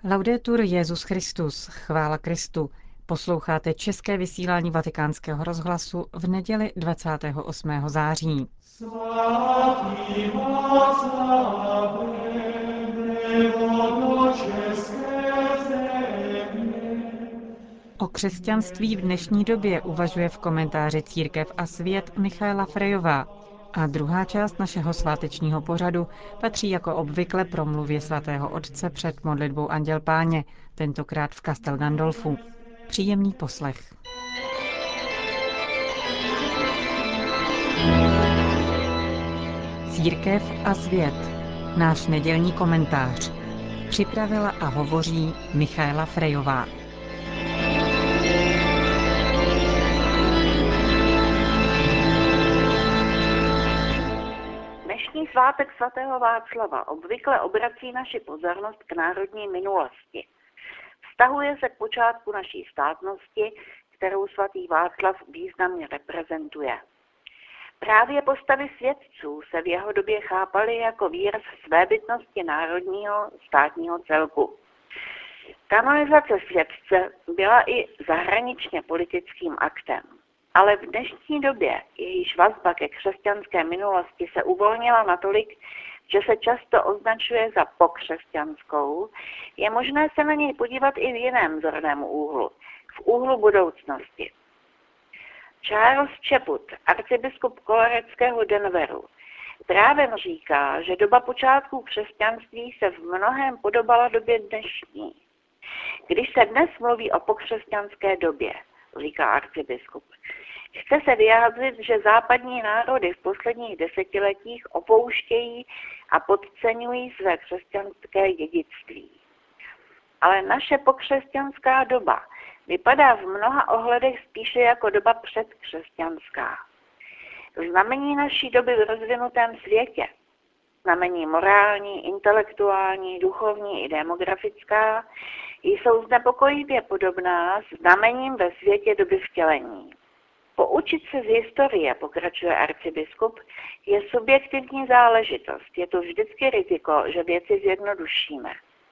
Laudetur Jesus Christus, chvála Kristu. Posloucháte české vysílání Vatikánského rozhlasu v neděli 28. září. O křesťanství v dnešní době uvažuje v komentáři Církev a svět Michaela Frejová. A druhá část našeho svátečního pořadu patří jako obvykle promluvě svatého otce před modlitbou Anděl Páně, tentokrát v Castel Gandolfu. Příjemný poslech. Církev a svět. Náš nedělní komentář. Připravila a hovoří Michaela Frejová. Dnešní svátek svatého Václava obvykle obrací naši pozornost k národní minulosti. Vztahuje se k počátku naší státnosti, kterou svatý Václav významně reprezentuje. Právě postavy světců se v jeho době chápaly jako výraz svébytnosti národního státního celku. Kanonizace světce byla i zahraničně politickým aktem. Ale v dnešní době jejíž vazba ke křesťanské minulosti se uvolnila natolik, že se často označuje za pokřesťanskou, je možné se na něj podívat i v jiném zorném úhlu, v úhlu budoucnosti. Charles Chaput, arcibiskup koloreckého Denveru, právem říká, že doba počátků křesťanství se v mnohém podobala době dnešní. Když se dnes mluví o pokřesťanské době, říká arcibiskup, chce se vyjádřit, že západní národy v posledních desetiletích opouštějí a podceňují své křesťanské dědictví. Ale naše pokřesťanská doba vypadá v mnoha ohledech spíše jako doba předkřesťanská. Znamení naší doby v rozvinutém světě, znamení morální, intelektuální, duchovní i demografická, jsou znepokojivě podobná znamením ve světě doby vtělení. Poučit se z historie, pokračuje arcibiskup, je subjektivní záležitost. Je to vždycky riziko, že věci zjednodušíme.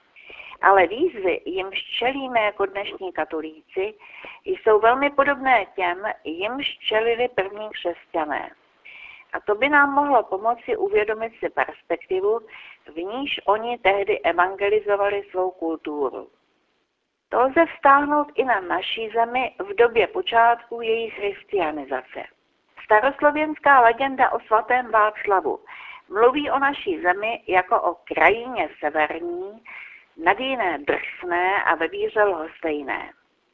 Ale výzvy, jimž čelíme jako dnešní katolíci, jsou velmi podobné těm, jimž čelili první křesťané. A to by nám mohlo pomoci uvědomit si perspektivu, v níž oni tehdy evangelizovali svou kulturu. To lze vztáhnout i na naší zemi v době počátku její christianizace. Staroslověnská legenda o svatém Václavu mluví o naší zemi jako o krajině severní, nad jiné drsné a ve víře lhostejné.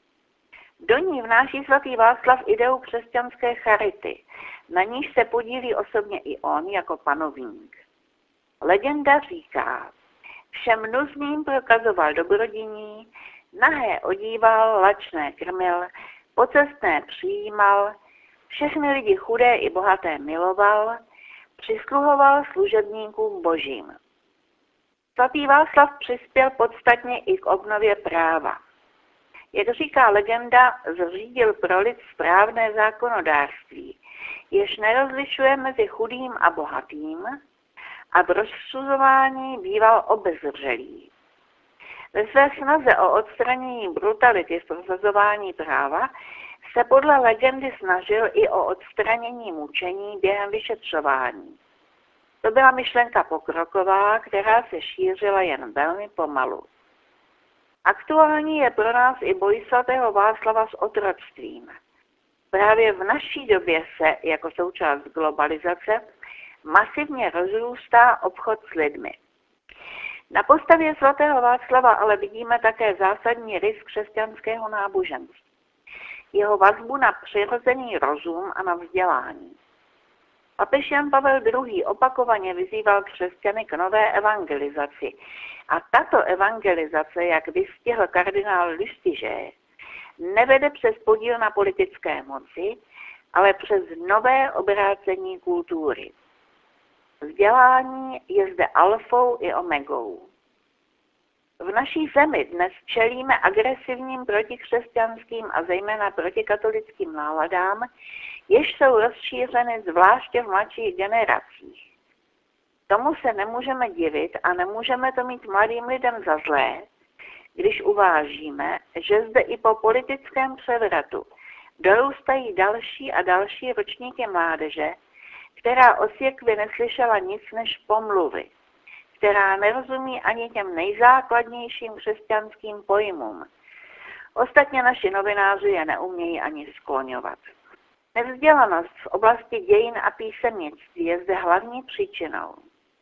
Do ní vnáší svatý Václav ideu křesťanské charity, na níž se podílí osobně i on jako panovník. Legenda říká, všem nuzným prokazoval dobrodiní, nahé odíval, lačné krmil, pocestné přijímal, všechny lidi chudé i bohaté miloval, přisluhoval služebníkům božím. Svatý Václav přispěl podstatně i k obnově práva. Jak říká legenda, zřídil pro lid správné zákonodárství, jež nerozlišuje mezi chudým a bohatým a v rozsuzování býval obezřelý. Ve své snaze o odstranění brutality v prosazování práva se podle legendy snažil i o odstranění mučení během vyšetřování. To byla myšlenka pokroková, která se šířila jen velmi pomalu. Aktuální je pro nás i boj svatého Václava s otroctvím. Právě v naší době se, jako součást globalizace, masivně rozrůstá obchod s lidmi. Na postavě svatého Václava ale vidíme také zásadní rys křesťanského náboženství. Jeho vazbu na přirozený rozum a na vzdělání. Papež Jan Pavel II. Opakovaně vyzýval křesťany k nové evangelizaci. A tato evangelizace, jak vystihl kardinál Lustiger, nevede přes podíl na politické moci, ale přes nové obrácení kultury. Vzdělání je zde alfou i omegou. V naší zemi dnes čelíme agresivním protikřesťanským a zejména protikatolickým náladám, jež jsou rozšířeny zvláště v mladších generacích. Tomu se nemůžeme divit a nemůžeme to mít mladým lidem za zlé, když uvážíme, že zde i po politickém převratu dorůstají další a další ročníky mládeže, která o církvi neslyšela nic než pomluvy, která nerozumí ani těm nejzákladnějším křesťanským pojmům. Ostatně naši novináři je neumějí ani skloňovat. Nevzdělanost v oblasti dějin a písemnictví je zde hlavní příčinou.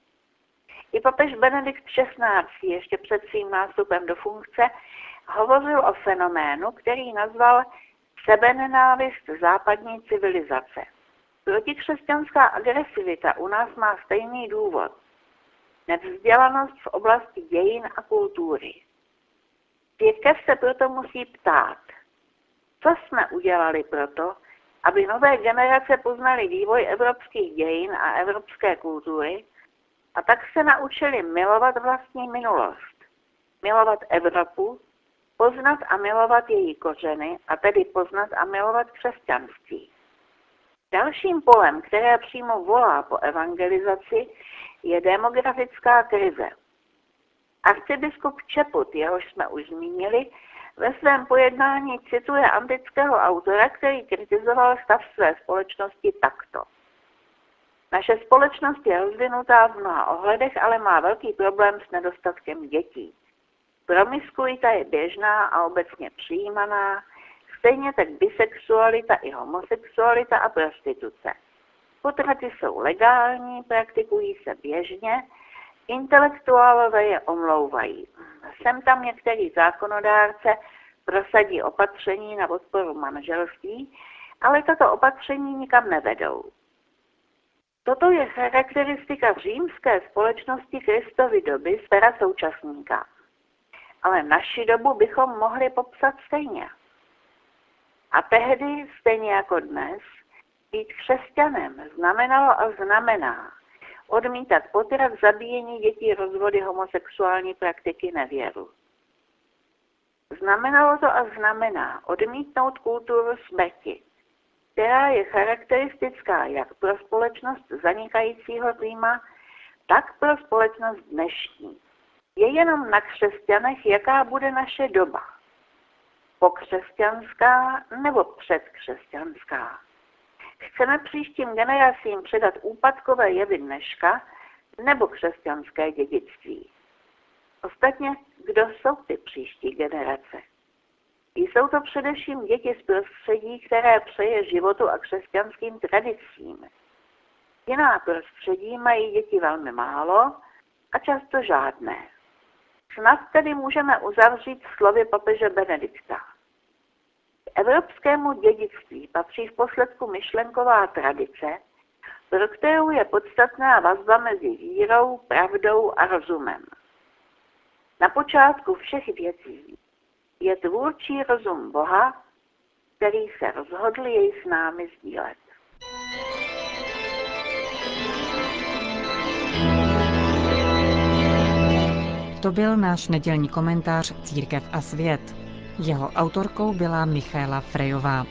I papež Benedikt XVI. Ještě před svým nástupem do funkce hovořil o fenoménu, který nazval sebenenávist západní civilizace. Protikřesťanská agresivita u nás má stejný důvod. Nevzdělanost v oblasti dějin a kultury. Církev se proto musí ptát, co jsme udělali proto, aby nové generace poznaly vývoj evropských dějin a evropské kultury a tak se naučili milovat vlastní minulost, milovat Evropu, poznat a milovat její kořeny a tedy poznat a milovat křesťanství. Dalším polem, které přímo volá po evangelizaci, je demografická krize. Arcibiskup Čeput, jehož jsme už zmínili, ve svém pojednání cituje antického autora, který kritizoval stav své společnosti takto. Naše společnost je rozvinutá v mnoha ohledech, ale má velký problém s nedostatkem dětí. Promiskuita je běžná a obecně přijímaná, stejně tak bisexualita i homosexualita a prostituce. Potraty jsou legální, praktikují se běžně, intelektuálové je omlouvají. Sem tam některý zákonodárce prosadí opatření na podporu manželství, ale tato opatření nikam nevedou. Toto je charakteristika římské společnosti Kristovy doby z pera současníka. Ale naši dobu bychom mohli popsat stejně. A tehdy, stejně jako dnes, být křesťanem znamenalo a znamená odmítat potrat, zabíjení dětí, rozvody, homosexuální praktiky, nevěru. Znamenalo to a znamená odmítnout kulturu smrti, která je charakteristická jak pro společnost zanikajícího Říma, tak pro společnost dnešní. Je jenom na křesťanech, jaká bude naše doba. Pokřesťanská nebo předkřesťanská. Chceme příštím generacím předat úpadkové jevy dneška nebo křesťanské dědictví. Ostatně, kdo jsou ty příští generace? Jsou to především děti z prostředí, které přeje životu a křesťanským tradicím. Jiná prostředí mají děti velmi málo a často žádné. Snad tedy můžeme uzavřít slovy papeže Benedikta. K evropskému dědictví patří v posledku myšlenková tradice, pro kterou je podstatná vazba mezi vírou, pravdou a rozumem. Na počátku všech věcí je tvůrčí rozum Boha, který se rozhodl jej s námi sdílet. To byl náš nedělní komentář Církev a svět. Jeho autorkou byla Michaela Frejová.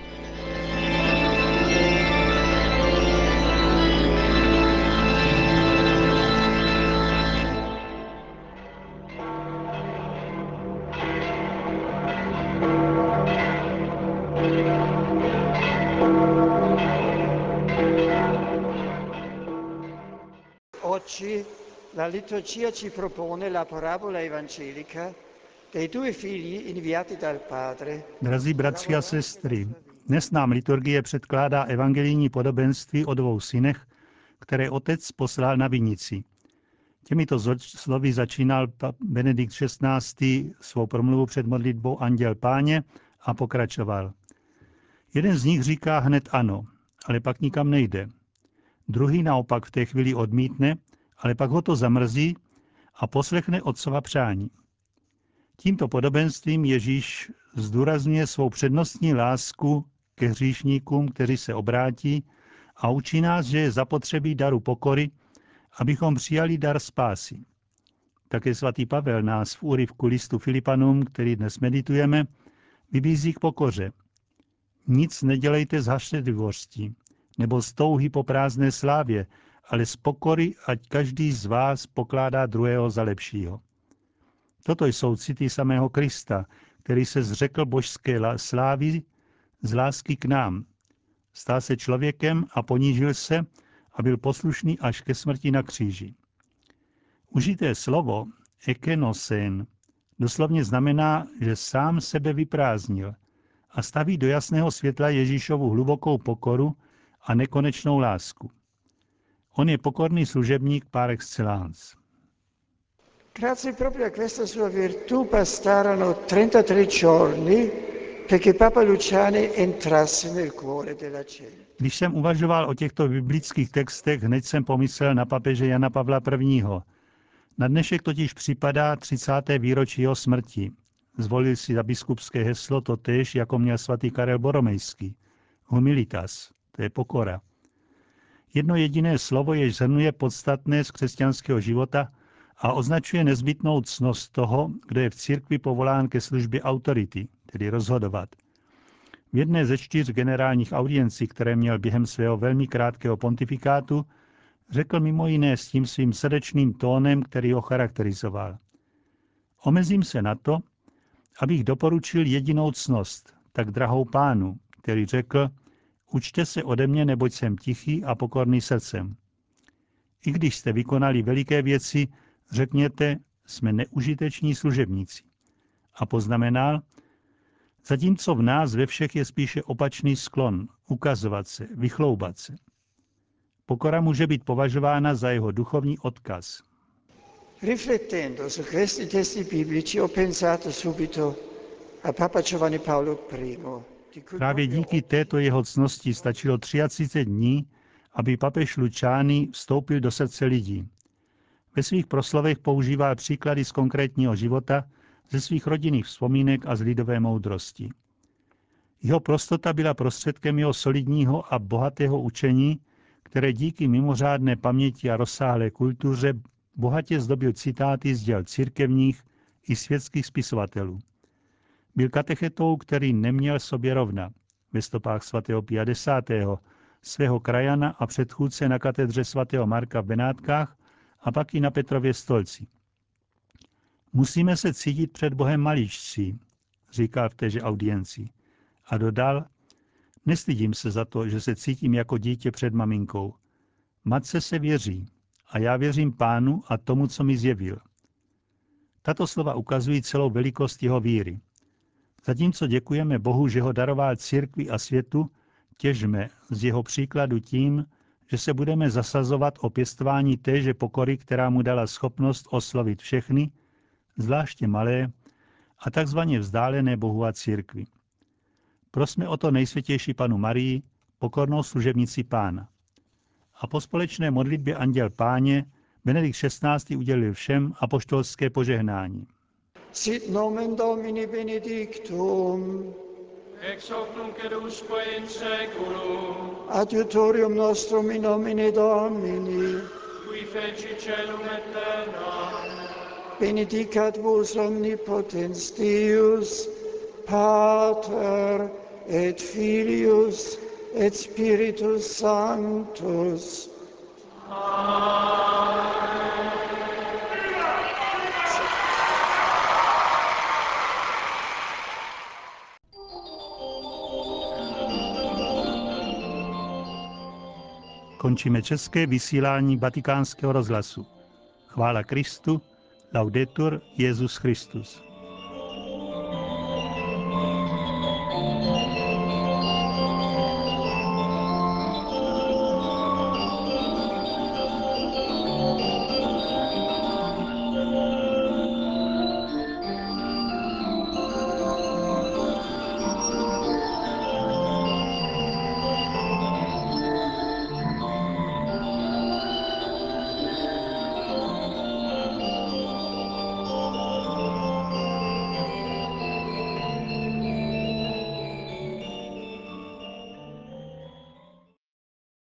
Oggi la liturgia ci propone la parabola evangelica dei due figli inviati dal Padre. Drazí bratři a sestry, dnes nám liturgie předkládá evangelijní podobenství o dvou synech, které otec poslal na vinici. Těmito slovy začínal Benedikt XVI. Svou promluvu před modlitbou Anděl Páně a pokračoval. Jeden z nich říká hned ano, ale pak nikam nejde. Druhý naopak v té chvíli odmítne, ale pak ho to zamrzí a poslechne otcova přání. Tímto podobenstvím Ježíš zdůrazňuje svou přednostní lásku ke hříšníkům, kteří se obrátí, a učí nás, že je zapotřebí daru pokory, abychom přijali dar spásy. Také svatý Pavel nás v úryvku listu Filipanům, který dnes meditujeme, vybízí k pokoře. Nic nedělejte z hašterlivosti nebo z touhy po prázdné slávě, ale z pokory, ať každý z vás pokládá druhého za lepšího. Toto jsou city samého Krista, který se zřekl božské slávy z lásky k nám. Stal se člověkem a ponížil se a byl poslušný až ke smrti na kříži. Užité slovo ekenosen doslovně znamená, že sám sebe vyprázdnil a staví do jasného světla Ježíšovu hlubokou pokoru a nekonečnou lásku. On je pokorný služebník par excellence. Grazie proprio a questa sua virtù bastarono 33 giorni perché Papa Luciani entrasse nel cuore della gente. Když jsem uvažoval o těchto biblických textech, hned jsem pomyslel na papeže Jana Pavla I. Na dnešek totiž připadá 30. výročí jeho smrti. Zvolil si za biskupské heslo totéž, jako měl svatý Karel Boromejský. Humilitas, to je pokora. Jedno jediné slovo, jež shrnuje podstatné z křesťanského života a označuje nezbytnou ctnost toho, kdo je v církvi povolán ke službě autority, tedy rozhodovat. V jedné ze 4 generálních audiencí, které měl během svého velmi krátkého pontifikátu, řekl mimo jiné s tím svým srdečným tónem, který ho charakterizoval. Omezím se na to, abych doporučil jedinou ctnost, tak drahou Pánu, který řekl, učte se ode mě, neboť jsem tichý a pokorný srdcem. I když jste vykonali veliké věci, řekněte, jsme neužiteční služebníci. A poznamenal, zatímco v nás ve všech je spíše opačný sklon, ukazovat se, vychloubat se. Pokora může být považována za jeho duchovní odkaz. Riflettendo su questi testi biblici ho pensato subito a Papa Giovanni Paolo I. Právě díky této jeho ctnosti stačilo 33 dní, aby papež Luciani vstoupil do srdce lidí. Ve svých proslovech používá příklady z konkrétního života, ze svých rodinných vzpomínek a z lidové moudrosti. Jeho prostota byla prostředkem jeho solidního a bohatého učení, které díky mimořádné paměti a rozsáhlé kultuře bohatě zdobil citáty z děl církevních i světských spisovatelů. Byl katechetou, který neměl sobě rovna. Ve stopách svatého Pia X., svého krajana a předchůdce na katedře svatého Marka v Benátkách a pak i na Petrově stolci. Musíme se cítit před Bohem maličcí, říkal v téže audienci. A dodal, nestydím se za to, že se cítím jako dítě před maminkou. Matce se věří a já věřím Pánu a tomu, co mi zjevil. Tato slova ukazují celou velikost jeho víry. Zatímco děkujeme Bohu, že ho daroval církvi a světu, těžme z jeho příkladu tím, že se budeme zasazovat o pěstování téže pokory, která mu dala schopnost oslovit všechny, zvláště malé a takzvaně vzdálené Bohu a církvi. Prosme o to nejsvětější Panu Marii, pokornou služebnici Pána. A po společné modlitbě Anděl Páně Benedikt XVI. Udělil všem apoštolské požehnání. Sit nomen Domini benedictum, ex hoc nunc et usque in saeculum, adiutorium nostrum in nomine Domini, qui feci caelum et terra, benedicat vos omnipotens Deus, Pater et Filius et Spiritus Sanctus. Končíme české vysílání Vatikánského rozhlasu. Chvála Kristu, laudetur Jesus Christus.